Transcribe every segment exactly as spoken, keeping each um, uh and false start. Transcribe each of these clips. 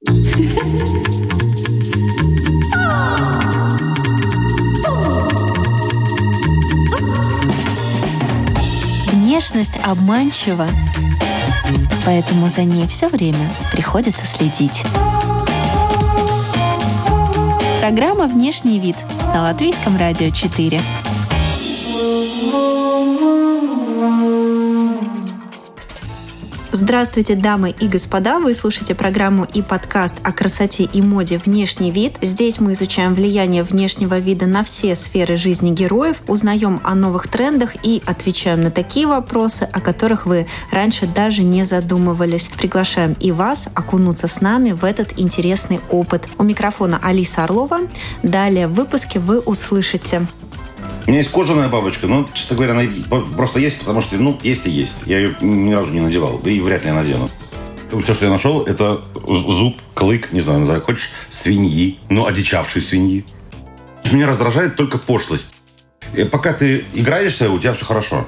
Внешность обманчива, поэтому за ней все время приходится следить. Программа «Внешний вид» на Латвийском радио четыре. Здравствуйте, дамы и господа! Вы слушаете программу и подкаст о красоте и моде «Внешний вид». Здесь мы изучаем влияние внешнего вида на все сферы жизни героев, узнаем о новых трендах и отвечаем на такие вопросы, о которых вы раньше даже не задумывались. Приглашаем и вас окунуться с нами в этот интересный опыт. У микрофона Алиса Орлова. Далее в выпуске вы услышите: у меня есть кожаная бабочка, но, честно говоря, она просто есть, потому что, ну, есть и есть. Я ее ни разу не надевал, да и вряд ли надену. Все, что я нашел, это зуб, клык, не знаю, назови, хочешь, свиньи, ну, одичавшей свиньи. Меня раздражает только пошлость. И пока ты играешься, у тебя все хорошо.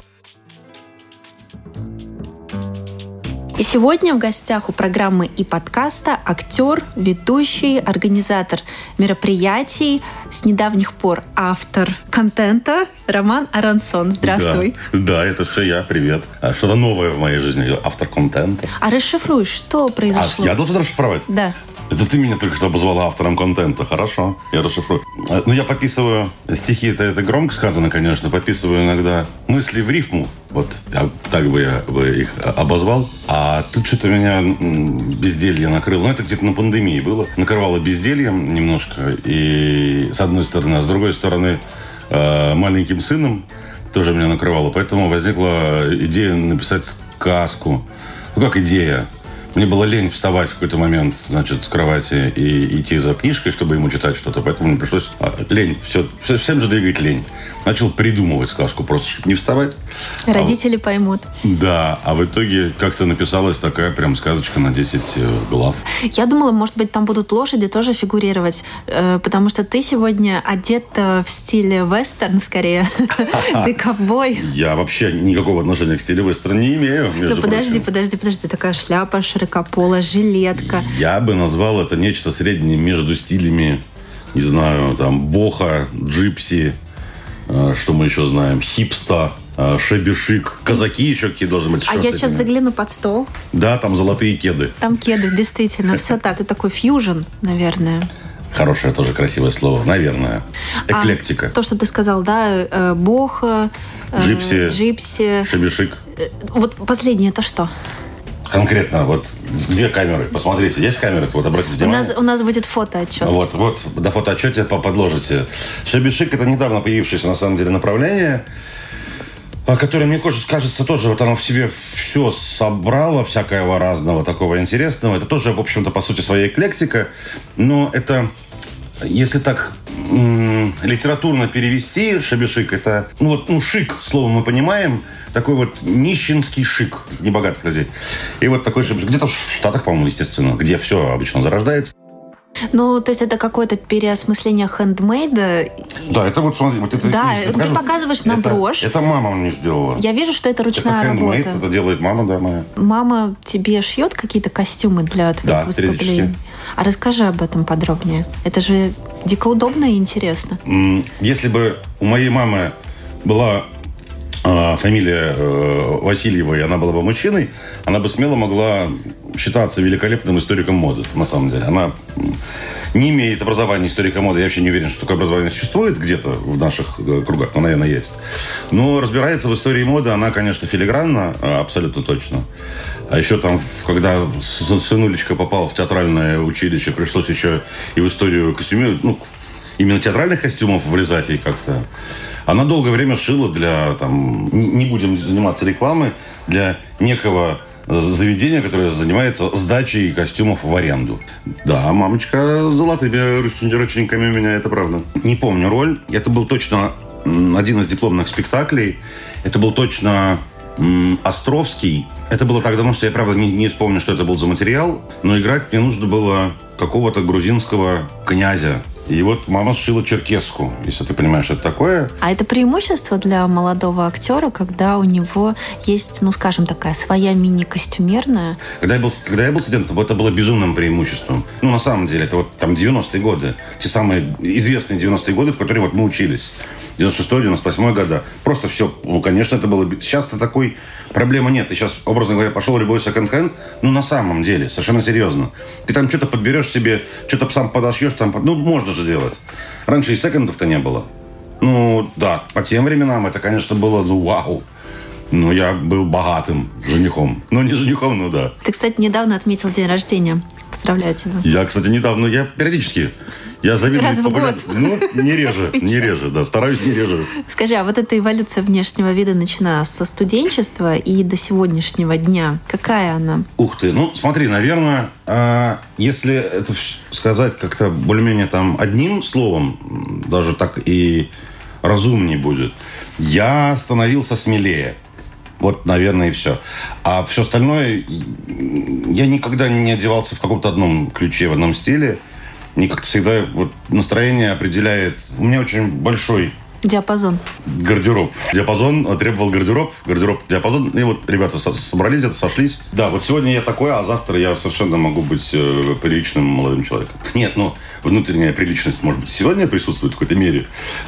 И сегодня в гостях у программы и подкаста актер, ведущий, организатор мероприятий, с недавних пор автор контента Роман Арансон. Здравствуй. Да, да, это все я, привет. Что-то новое в моей жизни, автор контента. А расшифруй, что произошло? А я должен расшифровать? Да. Это ты меня только что обозвала автором контента. Хорошо, я расшифрую. Ну, я пописываю стихи, это, это громко сказано, конечно. Пописываю иногда мысли в рифму. Вот так бы я бы их обозвал. А тут что-то меня безделье накрыло. Ну, это где-то на пандемии было. Накрывало бездельем немножко. И с одной стороны. А с другой стороны, маленьким сыном тоже меня накрывало. Поэтому возникла идея написать сказку. Ну, как идея? Мне было лень вставать в какой-то момент, значит, с кровати и идти за книжкой, чтобы ему читать что-то. Поэтому мне пришлось... А, лень. Все, все, всем же двигать лень. Начал придумывать сказку, просто чтобы не вставать. Родители а, поймут. Да. А в итоге как-то написалась такая прям сказочка на десять глав. Я думала, может быть, там будут лошади тоже фигурировать. Потому что ты сегодня одет в стиле вестерн, скорее. Ты ковбой. Я вообще никакого отношения к стилю вестерн не имею. Ну, подожди, подожди, подожди. Такая шляпа широкополая, жилетка. Я бы назвал это нечто среднее между стилями, не знаю, там, боха, джипси, э, что мы еще знаем, хипста, э, шебишик, казаки еще какие должны быть. А я сейчас этими. загляну под стол. Да, там золотые кеды. Там кеды, действительно, все так. Это такой фьюжн, наверное. Хорошее тоже красивое слово, наверное. Эклектика. А то, что ты сказал, да, боха, джипси, джипси, шебишик. Вот последнее это что? Конкретно, вот где камеры? Посмотрите, есть камеры? Вот обратите внимание. У нас, у нас будет фотоотчет. Вот, вот, до фотоотчета подложите. Шебишик – это недавно появившееся, на самом деле, направление, которое, мне кажется, тоже вот оно в себе все собрало, всякого разного такого интересного. Это тоже, в общем-то, по сути, своя эклектика. Но это, если так м- литературно перевести, шебишик – это, ну вот, ну, шик, слово мы понимаем, такой вот нищенский шик небогатых людей. И вот такой шик. Где-то в Штатах, по-моему, естественно, где все обычно зарождается. Ну, то есть это какое-то переосмысление хендмейда. Да, это вот, смотри, вот это... Да, ты покажу. показываешь на это, брошь. Это мама мне сделала. Я вижу, что это ручная это работа. Это делает мама, да, моя. Мама тебе шьет какие-то костюмы для твоих да, выступлений? А расскажи об этом подробнее. Это же дико удобно и интересно. Если бы у моей мамы была... фамилия э, Васильева, и она была бы мужчиной, она бы смело могла считаться великолепным историком моды, на самом деле. Она не имеет образования историка моды. Я вообще не уверен, что такое образование существует где-то в наших кругах, но, наверное, есть. Но разбирается в истории моды она, конечно, филигранно, абсолютно точно. А еще там, когда сынулечка попал в театральное училище, пришлось еще и в историю костюмирования, ну, именно театральных костюмов влезать ей как-то. Она долгое время шила для, там, не будем заниматься рекламой, для некого заведения, которое занимается сдачей костюмов в аренду. Да, мамочка золотыми рученьками у меня, это правда. Не помню роль. Это был точно один из дипломных спектаклей. Это был точно м, Островский. Это было так давно, что я, правда, не, не вспомню, что это был за материал. Но играть мне нужно было какого-то грузинского князя. И вот мама сшила черкеску, если ты понимаешь, что это такое. А это преимущество для молодого актера, когда у него есть, ну, скажем, такая своя мини-костюмерная? Когда я был, когда я был студентом, это было безумным преимуществом. Ну, на самом деле, это вот там девяностые годы. Те самые известные девяностые годы, в которые вот мы учились. девяносто шестой девяносто восьмой года. Просто все, ну, конечно, это было... Сейчас-то такой проблемы нет. И сейчас, образно говоря, пошел любой секонд-хенд, ну, на самом деле, совершенно серьезно. Ты там что-то подберешь себе, что-то сам подошьешь, там, ну, можно же делать. Раньше и секондов-то не было. Ну, да, по тем временам это, конечно, было, ну, вау. Ну, я был богатым женихом. Ну, не женихом, ну, да. Ты, кстати, недавно отметил день рождения. Поздравляю тебя. Я, кстати, недавно, я периодически... Я завидую... Раз в год. Ну, не реже, не реже, да, стараюсь не реже. Скажи, а вот эта эволюция внешнего вида, начиная со студенчества и до сегодняшнего дня, какая она? Ух ты, ну, смотри, наверное, если это сказать как-то более-менее там одним словом, даже так и разумнее будет, я становился смелее. Вот, наверное, и все. А все остальное, я никогда не одевался в каком-то одном ключе, в одном стиле. Мне как-то всегда вот настроение определяет... У меня очень большой... Диапазон. Гардероб. Диапазон требовал гардероб. Гардероб, диапазон. И вот ребята собрались где-то, сошлись. Да, вот сегодня я такой, а завтра я совершенно могу быть э, приличным молодым человеком. Нет, ну, внутренняя приличность, может быть, сегодня присутствует в какой-то мере.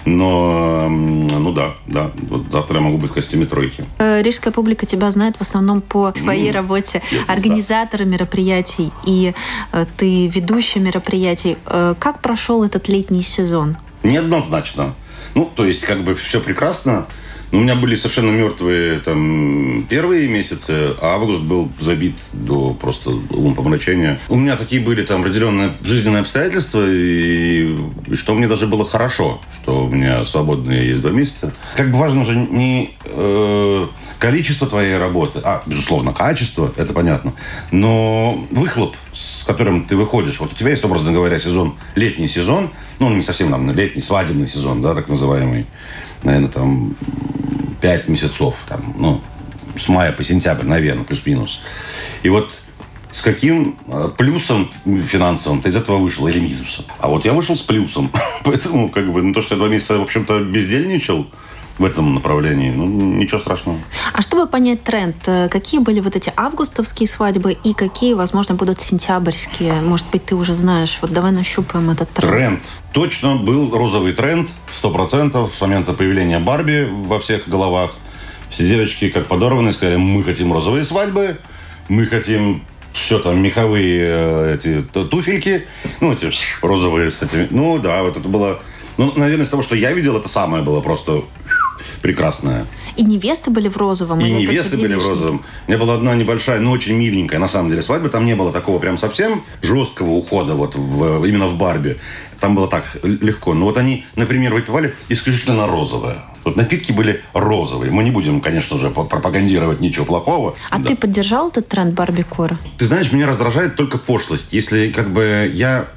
Но, ну да, да. Вот завтра я могу быть в костюме тройки. Рижская публика тебя знает в основном по твоей mm, работе. Организатора да. мероприятий. И э, ты ведущий мероприятий. Э, как прошел этот летний сезон? Неоднозначно. Ну, то есть, как бы, все прекрасно. Но у меня были совершенно мертвые там первые месяцы, а август был забит до просто умопомрачения. У меня такие были там определенные жизненные обстоятельства, и, и что мне даже было хорошо, что у меня свободные есть два месяца. Как бы важно же не э, количество твоей работы, а, безусловно, качество, это понятно, но выхлоп, с которым ты выходишь. Вот у тебя есть, образно говоря, сезон, летний сезон, ну, не совсем там летний, свадебный сезон, да, так называемый, наверное, там пять месяцев, там, ну, с мая по сентябрь, наверное, плюс-минус. И вот с каким плюсом финансовым ты из этого вышел или минусом? А вот я вышел с плюсом. Поэтому, как бы, ну, то, что я два месяца, в общем-то, бездельничал в этом направлении, ну, ничего страшного. А чтобы понять тренд, какие были вот эти августовские свадьбы и какие, возможно, будут сентябрьские? Может быть, ты уже знаешь. Вот давай нащупаем этот тренд. Тренд. Точно был розовый тренд, сто процентов, с момента появления Барби во всех головах. Все девочки, как подорванные, сказали, мы хотим розовые свадьбы, мы хотим все там, меховые эти туфельки, ну, эти розовые с этими. Ну, да, вот это было... Ну, наверное, из того, что я видел, это самое было просто прекрасное. И невесты были в розовом? И невесты были в розовом. У меня была одна небольшая, но очень миленькая, на самом деле, свадьба. Там не было такого прям совсем жесткого ухода вот в, именно в Барби. Там было так легко. Но вот они, например, выпивали исключительно розовое. Вот напитки были розовые. Мы не будем, конечно же, пропагандировать ничего плохого. А да. Ты поддержал этот тренд Барби-кор? Ты знаешь, меня раздражает только пошлость. Если как бы я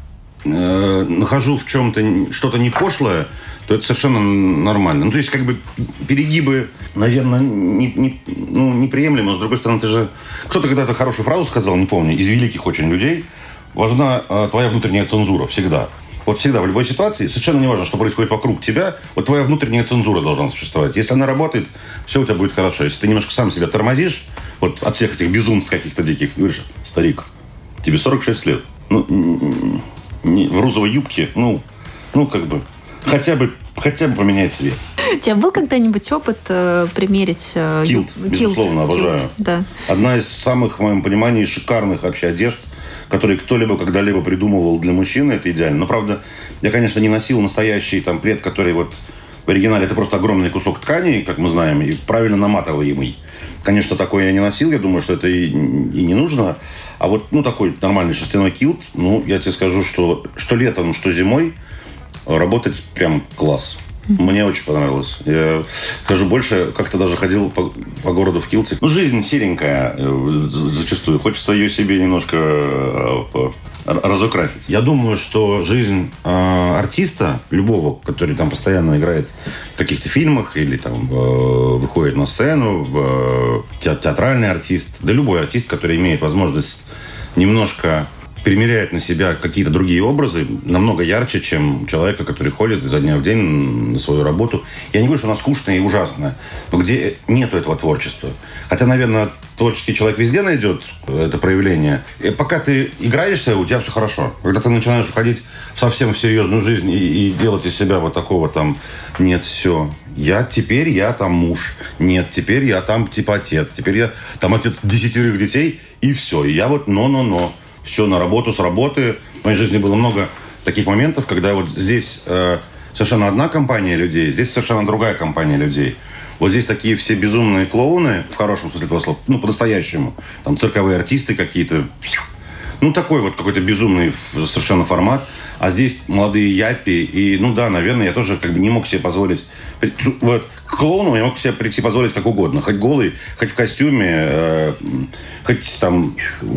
э, нахожу в чем-то что-то не пошлое, то это совершенно нормально. Ну, то есть, как бы, перегибы, наверное, не, не, ну, неприемлемы. Но, с другой стороны, ты же... Кто-то когда-то хорошую фразу сказал, не помню, из великих очень людей. Важна э, твоя внутренняя цензура всегда. Вот всегда, в любой ситуации, совершенно не важно, что происходит вокруг тебя, вот твоя внутренняя цензура должна существовать. Если она работает, все у тебя будет хорошо. Если ты немножко сам себя тормозишь, вот от всех этих безумств каких-то диких, говоришь, старик, тебе сорок шесть лет. Ну, не, в розовой юбке, ну, ну, как бы... Хотя бы, хотя бы поменять цвет. У тебя был когда-нибудь опыт э, примерить э, килт? Килт, безусловно, обожаю. Килт, да. Одна из самых, в моем понимании, шикарных вообще одежд, которые кто-либо когда-либо придумывал для мужчины, это идеально. Но, правда, я, конечно, не носил настоящий там плед, который вот в оригинале это просто огромный кусок ткани, как мы знаем, и правильно наматываемый. Конечно, такой я не носил, я думаю, что это и, и не нужно. А вот, ну, такой нормальный шерстяной килт, ну, я тебе скажу, что, что летом, что зимой работать прям класс. Мне очень понравилось. Я скажу больше, как-то даже ходил по, по городу в килте. Ну, жизнь серенькая зачастую. Хочется ее себе немножко разукрасить. Я думаю, что жизнь э, артиста, любого, который там постоянно играет в каких-то фильмах или там э, выходит на сцену, э, те, театральный артист, да любой артист, который имеет возможность немножко примеряет на себя какие-то другие образы намного ярче, чем человека, который ходит изо дня в день на свою работу. Я не говорю, что она скучная и ужасная, но где нету этого творчества. Хотя, наверное, творческий человек везде найдет это проявление. И пока ты играешься, у тебя все хорошо. Когда ты начинаешь уходить совсем в серьезную жизнь и, и делать из себя вот такого там, нет, все, я теперь я там муж, нет, теперь я там типа отец, теперь я там отец десятерых детей, и все. И я вот но-но-но. Все на работу, с работы. В моей жизни было много таких моментов, когда вот здесь э, совершенно одна компания людей, здесь совершенно другая компания людей. Вот здесь такие все безумные клоуны, в хорошем смысле этого слова, ну, по-настоящему. Там цирковые артисты какие-то. Ну, такой вот какой-то безумный совершенно формат. А здесь молодые япи. И, ну да, наверное, я тоже как бы не мог себе позволить... Вот, к клоуну я мог себе прийти позволить как угодно. Хоть голый, хоть в костюме, э, хоть там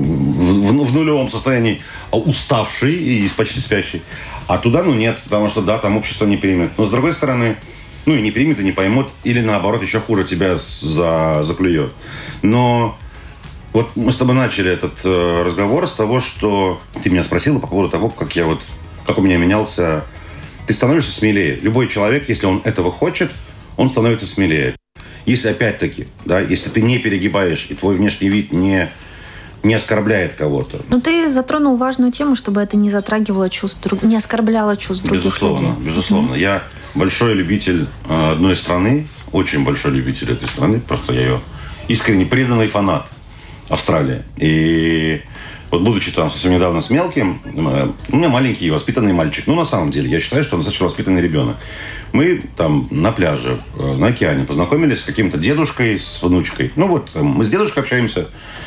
в, в нулевом состоянии уставший и почти спящий. А туда, ну, нет, потому что, да, там общество не примет. Но, с другой стороны, ну, и не примет, и не поймут. Или, наоборот, еще хуже тебя за, заклюет. Но... Вот мы с тобой начали этот э, разговор с того, что ты меня спросила по поводу того, как я вот, как у меня менялся. Ты становишься смелее. Любой человек, если он этого хочет, он становится смелее. Если опять-таки, да, если ты не перегибаешь и твой внешний вид не не оскорбляет кого-то. Но ты затронул важную тему, чтобы это не затрагивало чувств, не оскорбляло чувств других безусловно, людей. Безусловно. Mm-hmm. Я большой любитель э, одной страны, очень большой любитель этой страны, просто я ее искренне преданный фанат. Австралия. И вот будучи там совсем недавно с мелким, у меня маленький воспитанный мальчик. Ну, на самом деле, я считаю, что он достаточно воспитанный ребенок. Мы там на пляже, на океане познакомились с каким-то дедушкой, с внучкой. Ну, вот, мы с дедушкой общаемся,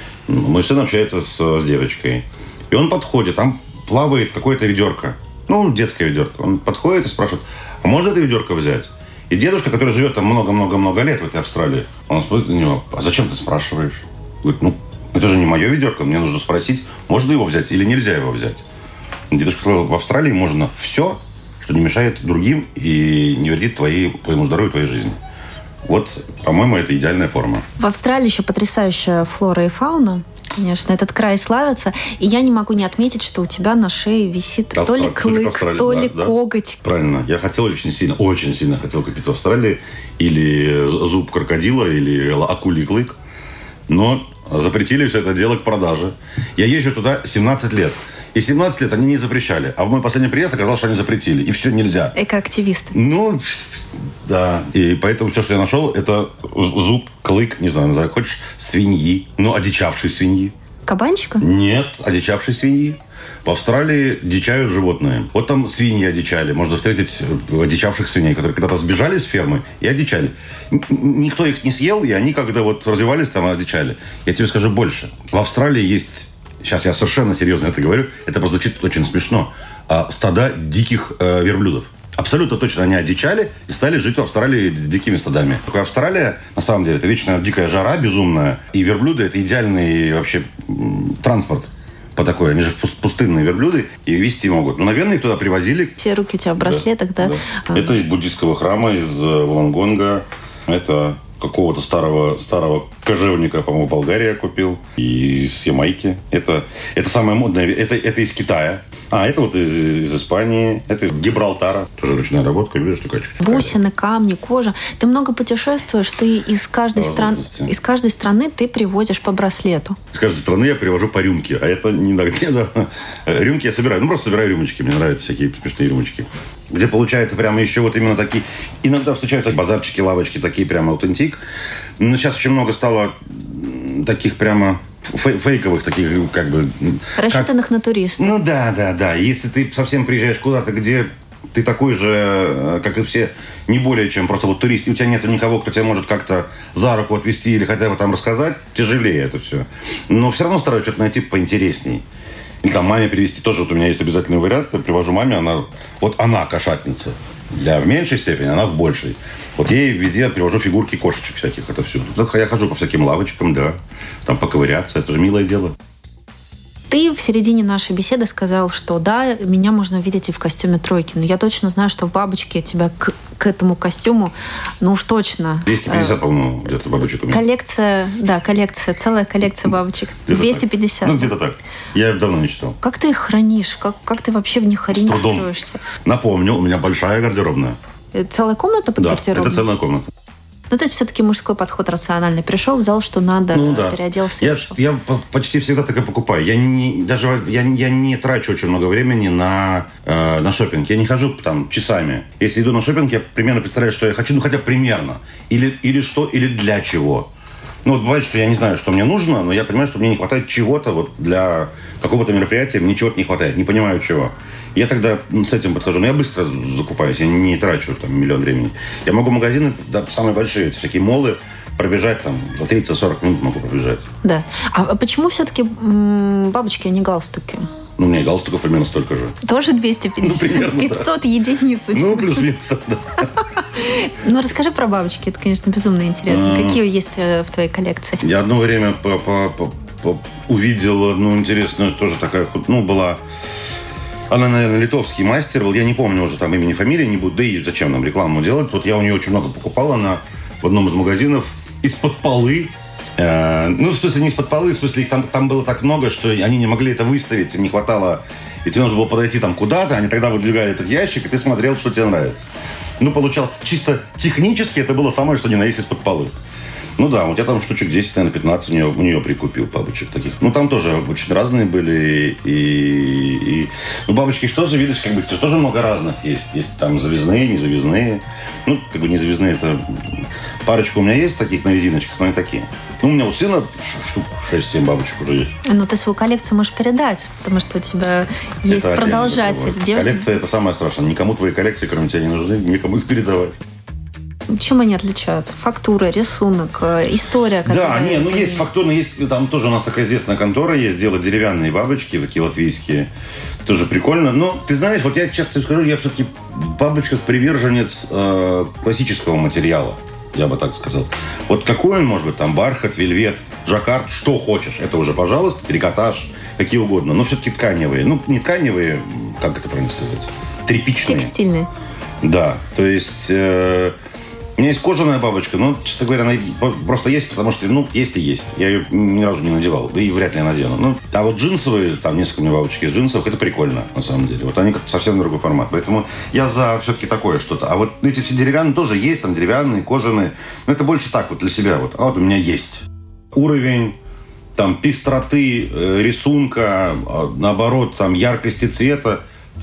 мой сын общается с, с девочкой. И он подходит, там плавает какое-то ведерко. Ну, детское ведерко. Он подходит и спрашивает, а можно это ведерко взять? И дедушка, который живет там много-много-много лет в этой Австралии, он смотрит на него, а зачем ты спрашиваешь? Говорит, ну, это же не мое ведерко, мне нужно спросить, можно его взять или нельзя его взять. Дедушка сказал, в Австралии можно все, что не мешает другим и не вредит твоей, твоему здоровью, твоей жизни. Вот, по-моему, это идеальная форма. В Австралии еще потрясающая флора и фауна. Конечно, этот край славится. И я не могу не отметить, что у тебя на шее висит Австралия, то ли клык, то ли да, коготь. Да. Правильно. Я хотел очень сильно, очень сильно хотел купить в Австралии или зуб крокодила, или акулий клык. Но запретили все это дело к продаже. Я езжу туда семнадцать лет. И семнадцать лет они не запрещали. А в мой последний приезд оказалось, что они запретили. И все, нельзя. Экоактивисты. Ну, да. И поэтому все, что я нашел, это зуб, клык, не знаю, называй, хочешь, свиньи. Ну, одичавшей свиньи. Кабанчика? Нет, одичавшей свиньи. В Австралии дичают животные. Вот там свиньи одичали. Можно встретить одичавших свиней, которые когда-то сбежали с фермы и одичали. Никто их не съел, и они, когда вот развивались, там одичали. Я тебе скажу больше. В Австралии есть... Сейчас я совершенно серьезно это говорю. Это прозвучит очень смешно. Стада диких э, верблюдов. Абсолютно точно они одичали и стали жить в Австралии дикими стадами. Такая Австралия, на самом деле, это вечная дикая жара безумная. И верблюды – это идеальный вообще транспорт по такой. Они же пустынные верблюды и везти могут. Ну, наверное, их туда привозили. Все руки у тебя в браслетах, да? да? да. Это из буддийского храма, из Вулонгонга. Это какого-то старого, старого кожевника, по-моему, Болгария купил. И из Ямайки. Это, это самое модное. Это, это из Китая. А, это вот из, из Испании. Это из Гибралтара. Тоже ручная работа. Видишь, такая чуть-чуть. Бусины, камни, кожа. Ты много путешествуешь. Ты из каждой, стран... из каждой страны ты привозишь по браслету. Из каждой страны я привожу по рюмке. А это не надо. Рюмки я собираю. Ну, просто собираю рюмочки. Мне нравятся всякие смешные рюмочки. Где получается прямо еще вот именно такие... Иногда встречаются базарчики, лавочки, такие прямо аутентик. Но сейчас очень много стало таких прямо фейковых, таких как бы... Рассчитанных как... на туристов. Ну да, да, да. Если ты совсем приезжаешь куда-то, где ты такой же, как и все, не более чем просто вот турист, и у тебя нету никого, кто тебя может как-то за руку отвезти или хотя бы там рассказать, тяжелее это все. Но все равно стараюсь что-то найти поинтересней. Или там маме привезти тоже. Вот у меня есть обязательный вариант. Я привожу маме, она... Вот она кошатница. Я в меньшей степени, она в большей. Вот я ей везде привожу фигурки кошечек всяких. Это все. Я хожу по всяким лавочкам, да. Там поковыряться. Это же милое дело. Ты в середине нашей беседы сказал, что да, меня можно увидеть и в костюме тройки, но я точно знаю, что в бабочке тебя к, к этому костюму, ну уж точно. двести пятьдесят, э, по-моему, где-то бабочек у меня. Коллекция, да, коллекция, целая коллекция бабочек. Где-то двести пятьдесят. Так. Ну, где-то так. Я их давно не читал. Как ты их хранишь? Как, как ты вообще в них ориентируешься? Напомню, у меня большая гардеробная. Целая комната под да, гардеробной? это целая комната. Ну, то есть все-таки мужской подход рациональный. Пришел, взял, что надо, ну, да. переоделся. Я, я почти всегда так и покупаю. Я не, даже я, я не трачу очень много времени на, э, на шопинг. Я не хожу там часами. Если иду на шопинг, я примерно представляю, что я хочу, ну хотя бы примерно. Или, или что, или для чего. Ну, вот бывает, что я не знаю, что мне нужно, но я понимаю, что мне не хватает чего-то вот для какого-то мероприятия, мне чего-то не хватает, не понимаю чего. Я тогда с этим подхожу. Но я быстро закупаюсь, я не трачу там миллион времени. Я могу магазины, да, самые большие, эти всякие моллы, пробежать там за тридцать-сорок минут могу пробежать. Да. А почему все-таки м- бабочки, а не галстуки? Ну, у меня и галстуков примерно столько же. Тоже двести пятьдесят? Ну, примерно, пятьсот да. единиц. Ну, плюс-минус, да. Ну, расскажи про бабочки. Это, конечно, безумно интересно. Какие есть в твоей коллекции? Я одно время увидел одну интересную, тоже такая, ну, была... Она, наверное, литовский мастер был. Я не помню уже там имени, фамилии, не буду. Да и зачем нам рекламу делать? Вот я у нее очень много покупал. Она в одном из магазинов из-под полы. Э, ну, в смысле, не из-под полы, в смысле, их там, там было так много, что они не могли это выставить, им не хватало. И тебе нужно было подойти там куда-то, они тогда выдвигали этот ящик, и ты смотрел, что тебе нравится. Ну, получал чисто технически, это было самое, что ни на есть из-под полы. Ну да, вот я там штучек десять, наверное, пятнадцать у нее, у нее прикупил бабочек таких. Ну, там тоже очень разные были. И, и... Ну, бабочки, что же, видишь, как бы тоже много разных есть. Есть там завязные, незавязные. Ну, как бы незавязные, это... Парочка у меня есть таких на резиночках, но не такие. Ну, у меня у сына штук шесть-семь бабочек уже есть. Ну, ты свою коллекцию можешь передать, потому что у тебя есть это продолжатель. Дев... Коллекция – это самое страшное. Никому твои коллекции, кроме тебя, не нужны, никому их передавать. Чем они отличаются? Фактура, рисунок, история, которая... Да, нет, ну есть фактура, есть, там тоже у нас такая известная контора есть, делать деревянные бабочки, такие латвийские, тоже прикольно. Но, ты знаешь, вот я честно скажу, я все-таки в бабочках приверженец э, классического материала, я бы так сказал. Вот какой он может быть, там, бархат, вельвет, жаккард, что хочешь, это уже, пожалуйста, трикотаж, какие угодно, но все-таки тканевые. Ну, не тканевые, как это правильно сказать, тряпичные. Текстильные. Да, то есть... Э, У меня есть кожаная бабочка, но, честно говоря, она просто есть, потому что, ну, есть и есть. Я ее ни разу не надевал, да и вряд ли я надену. Ну, а вот джинсовые, там несколько у меня бабочек из джинсовых, это прикольно, на самом деле. Вот они как-то совсем другой формат. Поэтому я за все-таки такое что-то. А вот эти все деревянные тоже есть, там деревянные, кожаные. Но это больше так вот для себя. Вот. А вот у меня есть уровень, там, пестроты, рисунка, наоборот, там, яркости цвета.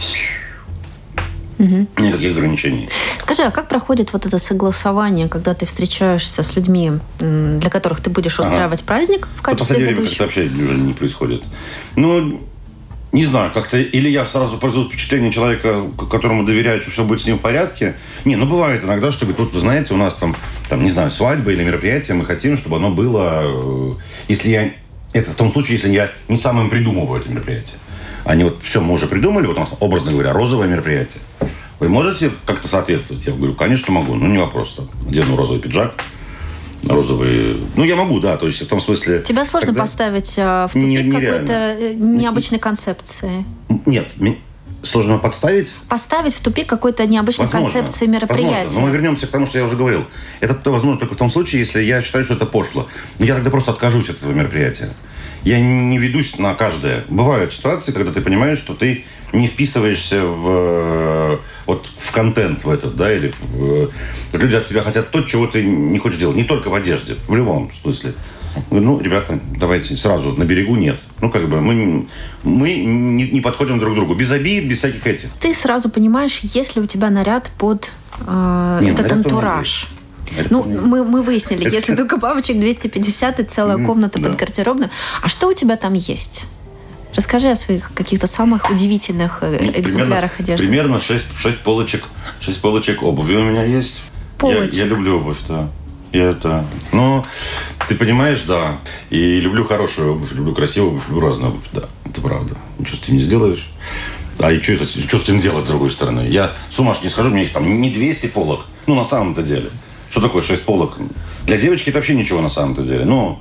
Угу. Никаких ограничений. Скажи, а как проходит вот это согласование, когда ты встречаешься с людьми, для которых ты будешь устраивать ага. праздник в качестве ведущего? В последнее время как-то вообще уже не происходит. Ну, не знаю, как-то... Или я сразу произведу впечатление человека, которому доверяю, что все будет с ним в порядке. Не, ну, бывает иногда, что тут, вы знаете, у нас там, там, не знаю, свадьба или мероприятие, мы хотим, чтобы оно было... Если я... Это в том случае, если я не сам им придумываю это мероприятие. Они вот все мы уже придумали, вот у нас, образно говоря, розовое мероприятие. Вы можете как-то соответствовать? Я говорю, конечно, могу. Ну, не вопрос. Там, одену розовый пиджак, розовый... Ну, я могу, да. То есть, в том смысле... Тебя сложно тогда... поставить в тупик не, какой-то необычной концепции? Нет, сложно подставить? Поставить в тупик какой-то необычной возможно, концепции мероприятия. Возможно. Но мы вернемся к тому, что я уже говорил. Это возможно только в том случае, если я считаю, что это пошло. Но я тогда просто откажусь от этого мероприятия. Я не ведусь на каждое. Бывают ситуации, когда ты понимаешь, что ты не вписываешься в, вот, в контент в этот, да, или в, люди от тебя хотят то, чего ты не хочешь делать. Не только в одежде, в любом смысле. Ну, ребята, давайте сразу на берегу нет. Ну, как бы мы, мы не, не подходим друг к другу. Без обид, без всяких этих. Ты сразу понимаешь, есть ли у тебя наряд под э, нет, этот антураж. Ну, мы, мы выяснили, это... если только бабочек двести пятьдесят и целая комната mm, под да. гардеробную. А что у тебя там есть? Расскажи о своих каких-то самых удивительных ну, экземплярах примерно, одежды. Примерно шесть, шесть полочек, шесть полочек обуви у меня есть. Полочек? Я, я люблю обувь, да. Я это... Ну, ты понимаешь, да. И люблю хорошую обувь, люблю красивую обувь, люблю разную обувь, да. Это правда. Ничего с этим не сделаешь. А и что, что с этим делать, с другой стороны? Я с ума не схожу, у меня их там не двести полок. Ну, на самом-то деле. Что такое шесть полок? Для девочки это вообще ничего на самом-то деле. Ну,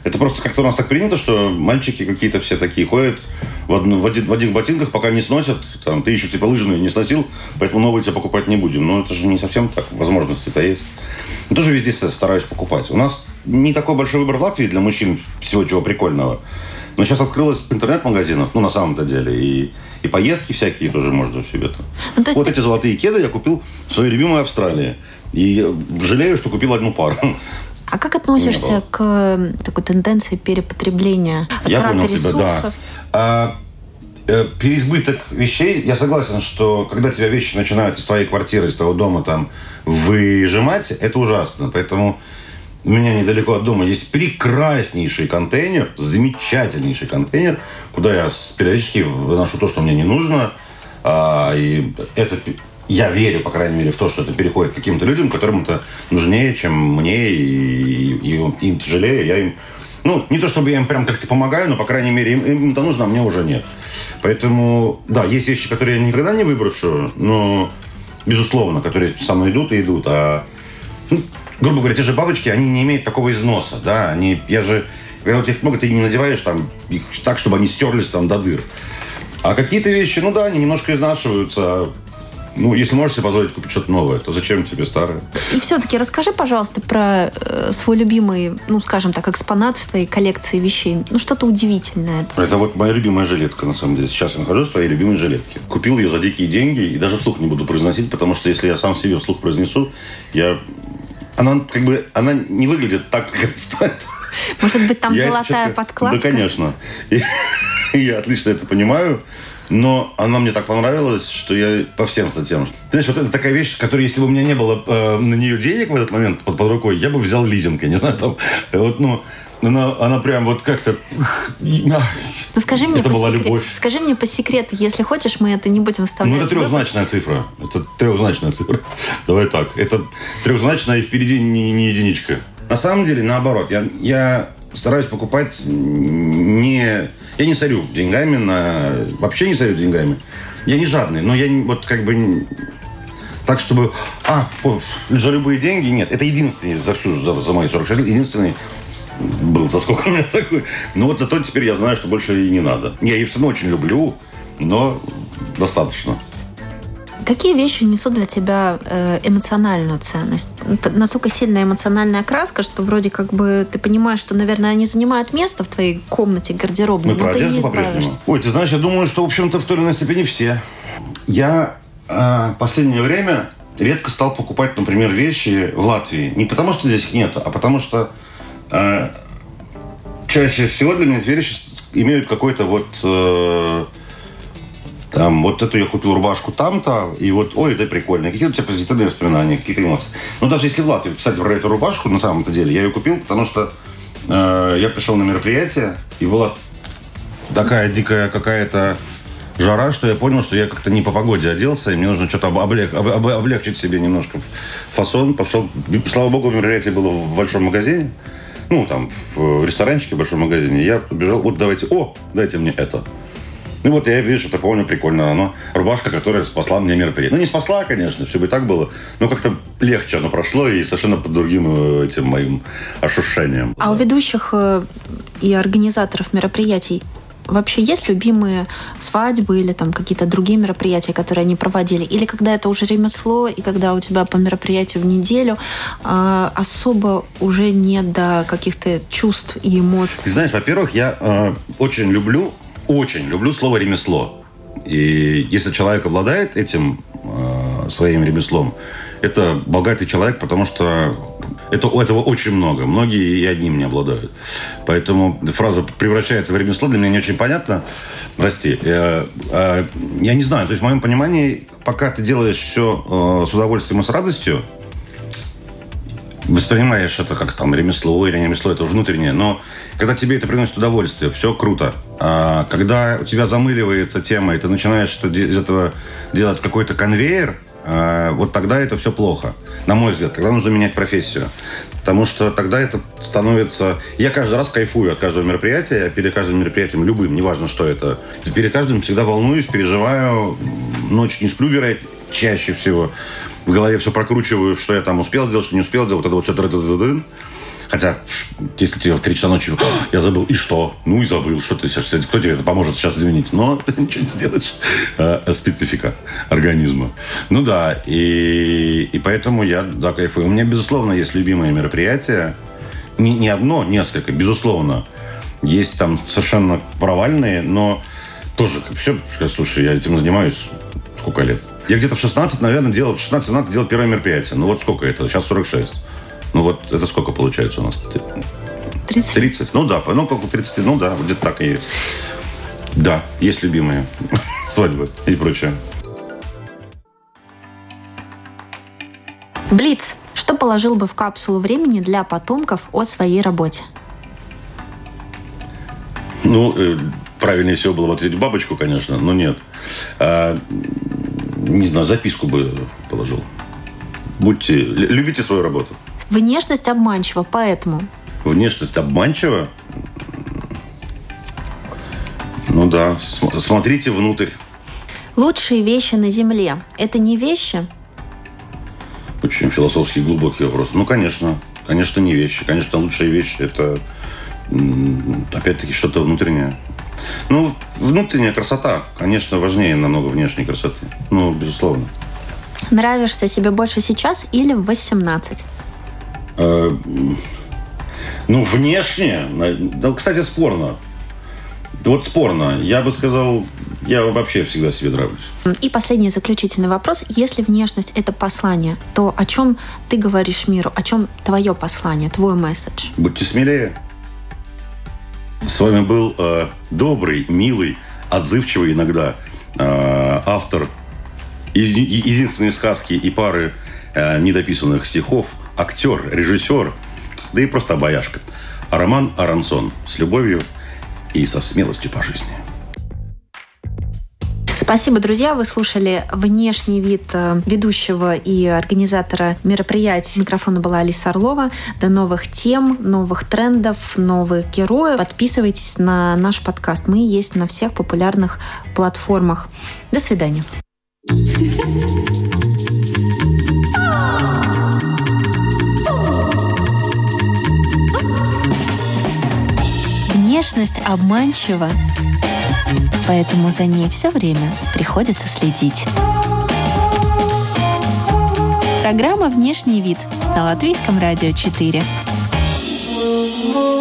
Это просто как-то у нас так принято, что мальчики какие-то все такие ходят в, одну, в, один, в одних ботинках, пока не сносят. Там, ты еще типа лыжные не сносил, поэтому новые тебе покупать не будем. Но это же не совсем так. Возможности-то есть. Я тоже везде стараюсь покупать. У нас не такой большой выбор в Латвии для мужчин всего чего прикольного. Но сейчас открылось интернет-магазинов, ну, на самом-то деле. И, и поездки всякие тоже можно себе-то. Ну, вот ты... эти золотые кеды я купил в своей любимой Австралии. И жалею, что купил одну пару. А как относишься к такой тенденции перепотребления, я траты понял ресурсов? Тебя, да. а, э, переизбыток вещей, я согласен, что когда тебя вещи начинают из твоей квартиры, из твоего дома там выжимать, это ужасно. Поэтому у меня недалеко от дома есть прекраснейший контейнер, замечательнейший контейнер, куда я периодически выношу то, что мне не нужно. А, и это... Я верю, по крайней мере, в то, что это переходит к каким-то людям, которым это нужнее, чем мне, и, и, и им тяжелее. Я им, ну, не то чтобы я им прям как-то помогаю, но, по крайней мере, им, им это нужно, а мне уже нет. Поэтому, да, есть вещи, которые я никогда не выброшу, но, безусловно, которые со мной идут и идут. А, ну, грубо говоря, те же бабочки, они не имеют такого износа, да, они, я же, когда у тебя их много, ты не надеваешь там их так, чтобы они стерлись там до дыр. А какие-то вещи, ну да, они немножко изнашиваются. Ну, если можешь себе позволить купить что-то новое, то зачем тебе старое? И все-таки расскажи, пожалуйста, про э, свой любимый, ну, скажем так, экспонат в твоей коллекции вещей. Ну, что-то удивительное. Это вот моя любимая жилетка, на самом деле. Сейчас я нахожусь в своей любимой жилетке. Купил ее за дикие деньги и даже вслух не буду произносить, потому что если я сам себе вслух произнесу, я... Она как бы, она не выглядит так, как это стоит. Может быть, там я золотая подкладка? Да, конечно. И, я отлично это понимаю. Но она мне так понравилась, что я по всем статьям. Ты знаешь, вот это такая вещь, которая, если бы у меня не было э, на нее денег в этот момент под, под рукой, я бы взял лизинг, я не знаю, там, вот, ну, она, она прям вот как-то... Ну, скажи мне это по была секрет... любовь. Скажи мне по секрету, если хочешь, мы это не будем вставлять. Ну, это трехзначная цифра. Это трехзначная цифра. Давай так. Это трехзначная и впереди не, не единичка. На самом деле, наоборот, я, я стараюсь покупать не... Я не сорю деньгами на... Вообще не сорю деньгами. Я не жадный, но я вот как бы... Так, чтобы... А, за любые деньги? Нет. Это единственный за всю, за, за мои сорок шесть лет, единственный был, за сколько у меня такой. Но вот зато теперь я знаю, что больше и не надо. Я ее все равно очень люблю, но достаточно. Какие вещи несут для тебя эмоциональную ценность? Насколько сильная эмоциональная краска, что вроде как бы ты понимаешь, что, наверное, они занимают место в твоей комнате гардеробной, но ты не избавишься. Ой, ты знаешь, я думаю, что, в общем-то, в той или иной степени все. Я э, последнее время редко стал покупать, например, вещи в Латвии. Не потому, что здесь их нет, а потому что э, чаще всего для меня эти вещи имеют какой-то вот... Э, Там, вот эту я купил рубашку там-то, и вот, ой, это прикольно. Какие у тебя позитивные воспоминания, какие-то эмоции. Ну, даже если в Латвии, кстати, про эту рубашку, на самом-то деле, я ее купил, потому что э, я пришел на мероприятие, и была такая дикая какая-то жара, что я понял, что я как-то не по погоде оделся, и мне нужно что-то облег, об, об, облегчить себе немножко фасон. Пошел, слава богу, мероприятие было в большом магазине, ну, там, в ресторанчике в большом магазине. Я побежал, вот давайте, о, дайте мне это. Ну вот я, видишь, это помню, прикольно. Оно, рубашка, которая спасла мне мероприятие. Ну не спасла, конечно, все бы и так было. Но как-то легче оно прошло и совершенно под другим этим моим ощущением. А да. У ведущих и организаторов мероприятий вообще есть любимые свадьбы или там какие-то другие мероприятия, которые они проводили? Или когда это уже ремесло, и когда у тебя по мероприятию в неделю э, особо уже нет до каких-то чувств и эмоций? Ты знаешь, во-первых, я э, очень люблю Очень люблю слово «ремесло». И если человек обладает этим э, своим ремеслом, это богатый человек, потому что это, этого очень много. Многие и одним не обладают. Поэтому фраза «превращается в ремесло» для меня не очень понятна. Прости. Я, э, я не знаю. То есть в моем понимании, пока ты делаешь все э, с удовольствием и с радостью, воспринимаешь это как там ремесло или не ремесло, это внутреннее, но когда тебе это приносит удовольствие, все круто. А когда у тебя замыливается тема, и ты начинаешь это, из этого делать какой-то конвейер, а, вот тогда это все плохо. На мой взгляд, тогда нужно менять профессию. Потому что тогда это становится... Я каждый раз кайфую от каждого мероприятия, перед каждым мероприятием, любым, неважно, что это. Перед каждым всегда волнуюсь, переживаю, ночь не сплю, вероятно, чаще всего. В голове все прокручиваю, что я там успел сделать, что не успел сделать, вот это вот все. Хотя, если тебе в три часа ночи я забыл, и что? Ну и забыл, что ты сейчас... Кто тебе это поможет сейчас извинить? Но ты ничего не сделаешь. Специфика организма. Ну да, и, и поэтому я, да, кайфую. У меня, безусловно, есть любимые мероприятия. Не, не одно, несколько, безусловно. Есть там совершенно провальные, но тоже все... Слушай, я этим занимаюсь сколько лет? Я где-то в шестнадцать, наверное, делал... В шестнадцать-семнадцать делал первое мероприятие. Ну вот сколько это? Сейчас сорок шесть. Ну вот это сколько получается у нас? тридцать. тридцать. Ну да, ну как у тридцати, ну да, где-то так и есть. Да, есть любимые свадьбы и прочее. Блиц. Что положил бы в капсулу времени для потомков о своей работе? Ну, э, правильнее всего было бы ответить бабочку, конечно, но нет. А, не знаю, записку бы положил. Будьте, любите свою работу. Внешность обманчива, поэтому... Внешность обманчива? Ну да, смотрите внутрь. Лучшие вещи на Земле – это не вещи? Очень философский, глубокий вопрос. Ну, конечно. Конечно, не вещи. Конечно, лучшие вещи – это, опять-таки, что-то внутреннее. Ну, внутренняя красота, конечно, важнее намного внешней красоты. Ну, безусловно. Нравишься себе больше сейчас или в восемнадцать? Э, ну, внешне, ну, кстати, спорно. Вот спорно. Я бы сказал, я вообще всегда себе нравлюсь. И последний заключительный вопрос. Если внешность – это послание, то о чем ты говоришь миру? О чем твое послание, твой месседж? Будьте смелее. С вами был э, добрый, милый, отзывчивый иногда э, автор еди- единственной сказки и пары э, недописанных стихов, актер, режиссер, да и просто обаяшка. Роман Арансон. С любовью и со смелостью по жизни. Спасибо, друзья. Вы слушали внешний вид ведущего и организатора мероприятий. С микрофона была Алиса Орлова. До новых тем, новых трендов, новых героев. Подписывайтесь на наш подкаст. Мы есть на всех популярных платформах. До свидания. Внешность обманчива, поэтому за ней все время приходится следить. Программа «Внешний вид» на Латвийском радио четыре.